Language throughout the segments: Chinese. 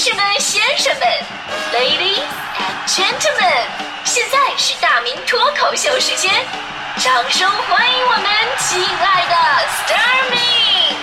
士们、先生们 ，Ladies and Gentlemen， 现在是大明脱口秀时间，掌声欢迎我们亲爱的 Starmin。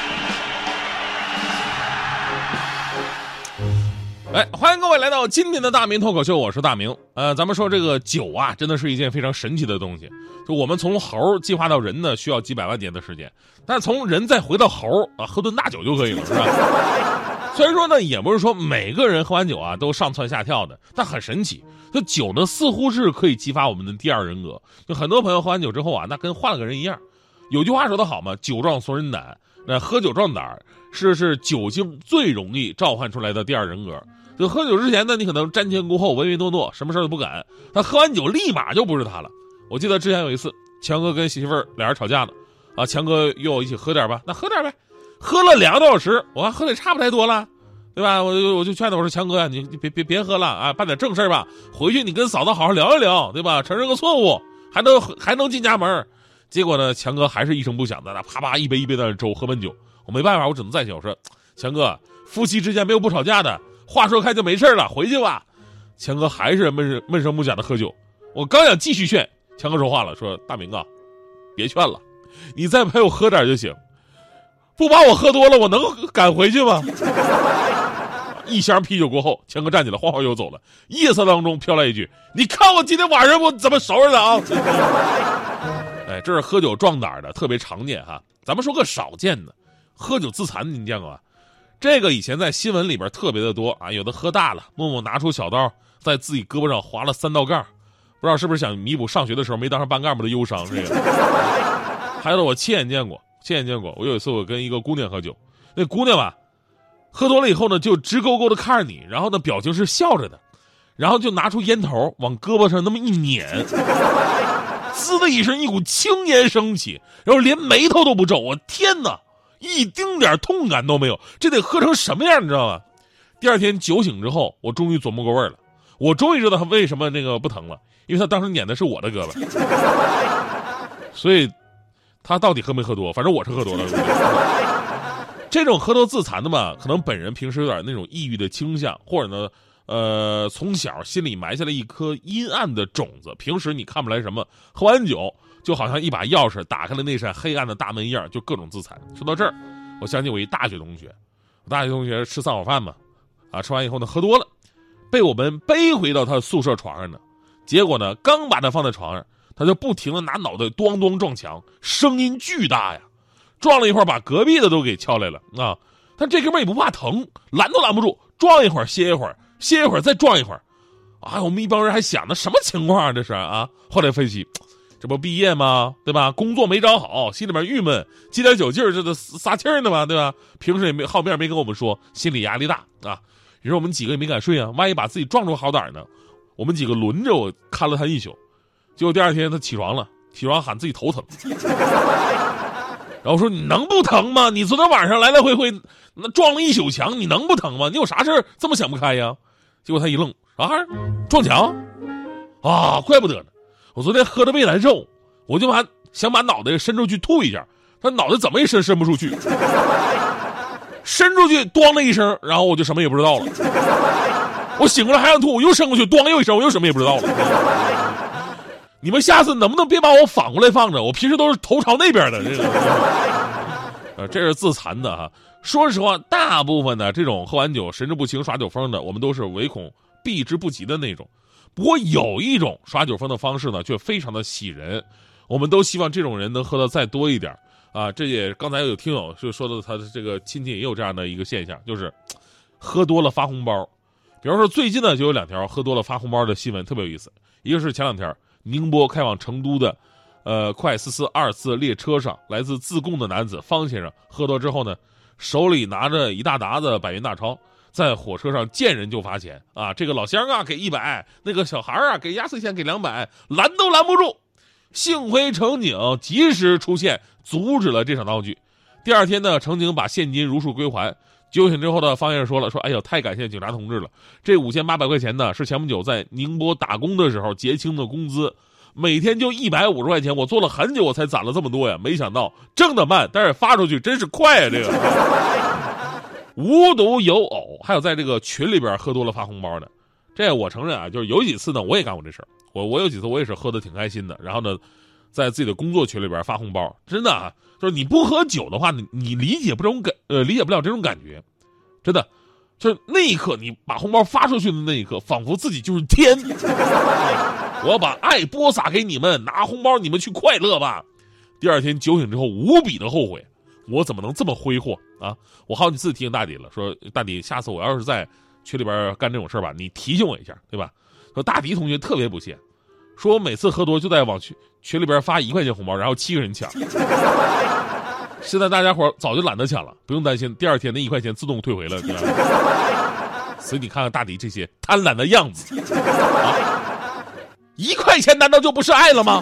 欢迎各位来到今天的大明脱口秀，我是大明。咱们说这个酒啊，真的是一件非常神奇的东西。就我们从猴进化到人呢，需要几百万年的时间，但是从人再回到猴啊，喝顿大酒就可以了，是吧？虽然说呢，也不是说每个人喝完酒啊都上蹿下跳的，但很神奇。这酒呢，似乎是可以激发我们的第二人格。就很多朋友喝完酒之后啊，那跟换了个人一样。有句话说得好嘛，酒壮怂人胆。那喝酒壮胆是酒精最容易召唤出来的第二人格。就喝酒之前呢，你可能瞻前顾后、唯唯诺诺，什么事都不敢。他喝完酒立马就不是他了。我记得之前有一次，强哥跟媳妇儿俩人吵架了，啊，强哥约我一起喝点吧，那喝点呗。喝了2个多小时，我看喝的也差不太多了，对吧？我就劝他，我说强哥呀，你别喝了啊，办点正事吧，回去你跟嫂子好好聊一聊，对吧？承认个错误，还能进家门。结果呢，强哥还是一声不响的，那啪啪一杯一杯的粥，喝闷酒。我没办法，我只能再劝我说，强哥，夫妻之间没有不吵架的，话说开就没事了，回去吧。强哥还是闷声不响的喝酒。我刚想继续劝，强哥说话了，说大明啊，别劝了，你再陪我喝点就行。不把我喝多了，我能赶回去吗？一箱啤酒过后，强哥站起来，晃晃悠走了。夜色当中飘来一句：“你看我今天晚上我怎么收拾的啊？”哎，这是喝酒壮胆的，特别常见哈。咱们说个少见的，喝酒自残，您见过吗？这个以前在新闻里边特别的多啊，有的喝大了，默默拿出小刀，在自己胳膊上划了3道杠，不知道是不是想弥补上学的时候没当上班干部的忧伤。这个，还有的我亲眼见过。我有一次我跟一个姑娘喝酒，那姑娘吧，喝多了以后呢，就直勾勾的看着你，然后呢表情是笑着的，然后就拿出烟头往胳膊上那么一捻，滋的一声，一股青烟升起，然后连眉头都不皱。我天哪，一丁点痛感都没有，这得喝成什么样你知道吗？第二天酒醒之后，我终于琢磨过味儿了，我终于知道他为什么那个不疼了，因为他当时捻的是我的胳膊。所以他到底喝没喝多？反正我是喝多了。这种喝多自残的嘛，可能本人平时有点那种抑郁的倾向，或者呢，从小心里埋下了一颗阴暗的种子，平时你看不来什么，喝完酒就好像一把钥匙打开了那扇黑暗的大门一样，就各种自残。说到这儿，我想起我一大学同学，吃散伙饭嘛，啊，吃完以后呢，喝多了，被我们背回到他宿舍床上呢，结果呢，刚把他放在床上，他就不停的拿脑袋咣咣撞墙，声音巨大呀，撞了一会儿把隔壁的都给敲来了啊！但这哥们也不怕疼，拦都拦不住，撞一会儿歇一会儿，歇一会儿再撞一会儿，啊！我们一帮人还想呢，什么情况啊这是啊？后来分析，这不毕业吗？对吧？工作没找好，心里面郁闷，接点酒劲儿，这都撒气儿呢嘛，对吧？平时也没好面没跟我们说，心理压力大啊。于是我们几个也没敢睡啊，万一把自己撞出好歹呢？我们几个轮着我看了他一宿。结果第二天他起床了，喊自己头疼，然后说你能不疼吗？你昨天晚上来来回回那撞了一宿墙，你能不疼吗？你有啥事这么想不开呀？结果他一愣，啊，撞墙啊，怪不得呢，我昨天喝的胃难受，我就想把脑袋伸出去吐一下，他脑袋怎么也伸不出去，伸出去咣的一声，然后我就什么也不知道了。我醒过来还想吐，我又伸过去咣又一声，我又什么也不知道了。你们下次能不能别把我反过来放着？我平时都是头朝那边的，这个，这是自残的哈。说实话，大部分的这种喝完酒神志不清、耍酒疯的，我们都是唯恐避之不及的那种。不过有一种耍酒疯的方式呢，却非常的喜人，我们都希望这种人能喝的再多一点啊。这也刚才有听友就说的，他的这个亲戚也有这样的一个现象，就是喝多了发红包。比方说最近呢，就有2条喝多了发红包的新闻，特别有意思。一个是前2天。宁波开往成都的，快442次列车上，来自自贡的男子方先生喝多之后呢，手里拿着一大沓子100元大钞，在火车上见人就发钱啊，这个老乡啊给100，那个小孩啊给压岁钱给200，拦都拦不住。幸亏乘警及时出现，阻止了这场闹剧。第二天呢，乘警把现金如数归还。酒醒之后的方先生说了，哎呦，太感谢警察同志了，这5800块钱呢是前不久在宁波打工的时候结清的工资，每天就150块钱，我做了很久我才攒了这么多呀，没想到挣得慢，但是发出去真是快呀，这个。 无独有偶，还有在这个群里边喝多了发红包的。这我承认啊，就是有几次呢，我也干过这事儿。我有几次我也是喝的挺开心的，然后呢，在自己的工作群里边发红包，真的啊，就是你不喝酒的话，你理解不了这种感觉，真的，就是那一刻你把红包发出去的那一刻，仿佛自己就是天。我要把爱播撒给你们，拿红包你们去快乐吧。第二天酒醒之后无比的后悔，我怎么能这么挥霍啊？我好几次提醒大迪了，说大迪，下次我要是在群里边干这种事吧，你提醒我一下，对吧？说大迪同学特别不屑，说我每次喝多就在往群里边发1块钱红包，然后7个人抢。现在大家伙早就懒得抢了，不用担心，第二天那1块钱自动退回了，对吧？所以你看看大迪这些贪婪的样子啊，1块钱难道就不是爱了吗？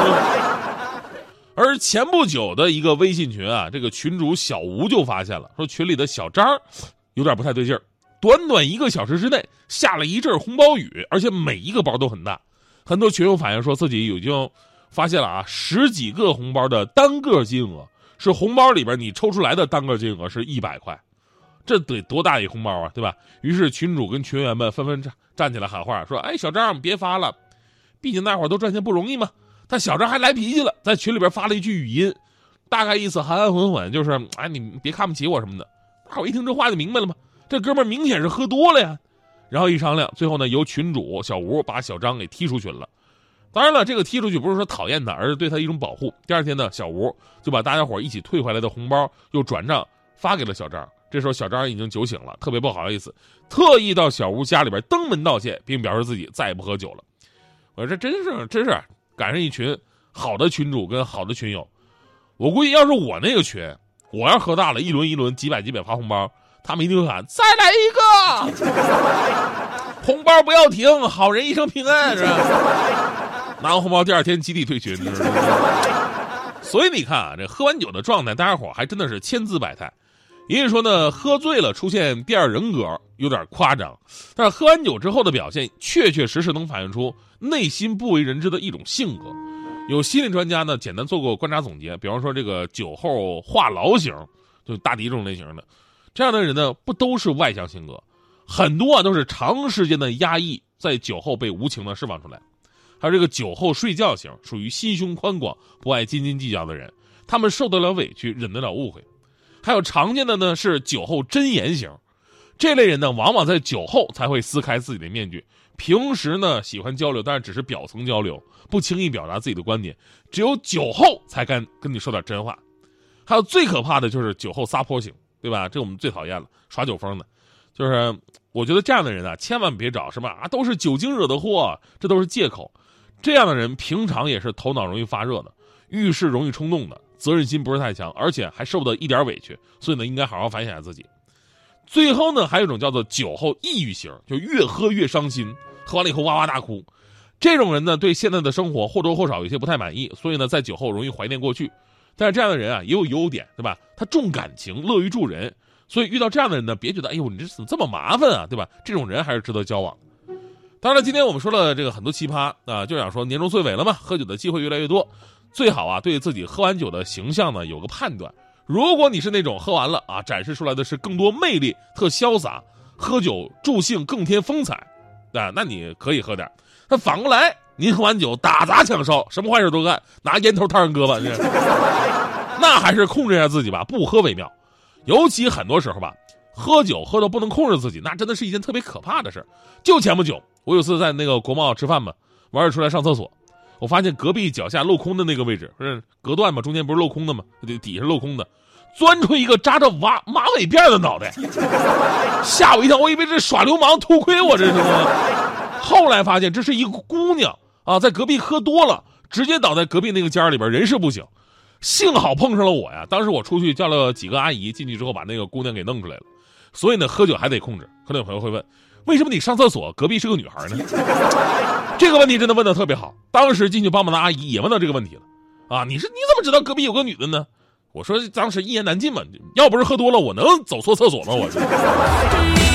而前不久的一个微信群啊，这个群主小吴就发现了，说群里的小张有点不太对劲儿，短短1个小时之内下了一阵红包雨，而且每一个包都很大。很多群友反映说自己已经发现了啊，10几个红包的单个金额是红包里边你抽出来的单个金额是100块，这得多大一红包啊，对吧？于是群主跟群员们纷纷站起来喊话，说：“哎，小张别发了，毕竟大伙都赚钱不容易嘛。”但小张还来脾气了，在群里边发了一句语音，大概意思含含混混，就是哎，你别看不起我什么的。大伙一听这话就明白了嘛，这哥们明显是喝多了呀。然后一商量，最后呢，由群主小吴把小张给踢出群了。当然了，这个踢出去不是说讨厌他，而是对他一种保护。第二天呢，小吴就把大家伙一起退回来的红包又转账发给了小张。这时候小张已经酒醒了，特别不好意思，特意到小吴家里边登门道歉，并表示自己再也不喝酒了。我说这真是赶上一群好的群主跟好的群友。我估计要是我那个群，我要喝大了，一轮几百发红包，他们一定会喊再来一个，红包不要停，好人一生平安，是吧？拿完红包第二天集体退群。所以你看啊，这喝完酒的状态，大家伙还真的是千姿百态。也就是说呢，喝醉了出现第二人格有点夸张，但是喝完酒之后的表现确实能反映出内心不为人知的一种性格。有心理专家呢简单做过观察总结，比方说这个酒后话痨型，就大迪这种类型的，这样的人呢不都是外向性格，很多都是长时间的压抑在酒后被无情的释放出来。还有这个酒后睡觉型，属于心胸宽广不爱斤斤计较的人，他们受得了委屈，忍得了误会。还有常见的呢是酒后真言型，这类人呢往往在酒后才会撕开自己的面具，平时呢喜欢交流，但是只是表层交流，不轻易表达自己的观点，只有酒后才敢跟你说点真话。还有最可怕的就是酒后撒泼型，对吧？这我们最讨厌了，耍酒疯的。就是我觉得这样的人啊，千万别找什么啊都是酒精惹的祸，这都是借口。这样的人平常也是头脑容易发热的，遇事容易冲动的，责任心不是太强，而且还受不得一点委屈，所以呢应该好好反省一下自己。最后呢还有一种叫做酒后抑郁型，就越喝越伤心，喝完了以后哇哇大哭。这种人呢对现在的生活或多或少有些不太满意，所以呢在酒后容易怀念过去。但是这样的人啊也有优点，对吧？他重感情，乐于助人，所以遇到这样的人呢别觉得哎呦你这怎么这么麻烦啊，对吧？这种人还是值得交往。当然了，今天我们说了这个很多奇葩啊，就想说年终岁尾了嘛，喝酒的机会越来越多，最好啊对自己喝完酒的形象呢有个判断。如果你是那种喝完了啊展示出来的是更多魅力，特潇洒，喝酒助兴更添风采啊，那你可以喝点。那反过来，您喝完酒打砸抢烧，什么坏事都干，拿烟头烫人胳膊，那还是控制一下自己吧，不喝为妙。尤其很多时候吧，喝酒喝到不能控制自己，那真的是一件特别可怕的事。就前不久，我有次在那个国贸吃饭嘛，玩着出来上厕所，我发现隔壁脚下镂空的那个位置，是隔断嘛，中间不是镂空的嘛，底下镂空的，钻出一个扎着马尾辫的脑袋，吓我一跳，我以为这耍流氓偷窥我这是吗？后来发现这是一个姑娘啊，在隔壁喝多了，直接倒在隔壁那个间里边，人事不省。幸好碰上了我呀，当时我出去叫了几个阿姨进去之后，把那个姑娘给弄出来了。所以呢，喝酒还得控制。可能有朋友会问，为什么你上厕所隔壁是个女孩呢？这个问题真的问得特别好。当时进去帮忙的阿姨也问到这个问题了啊，你怎么知道隔壁有个女的呢？我说当时一言难尽嘛，要不是喝多了，我能走错厕所吗？我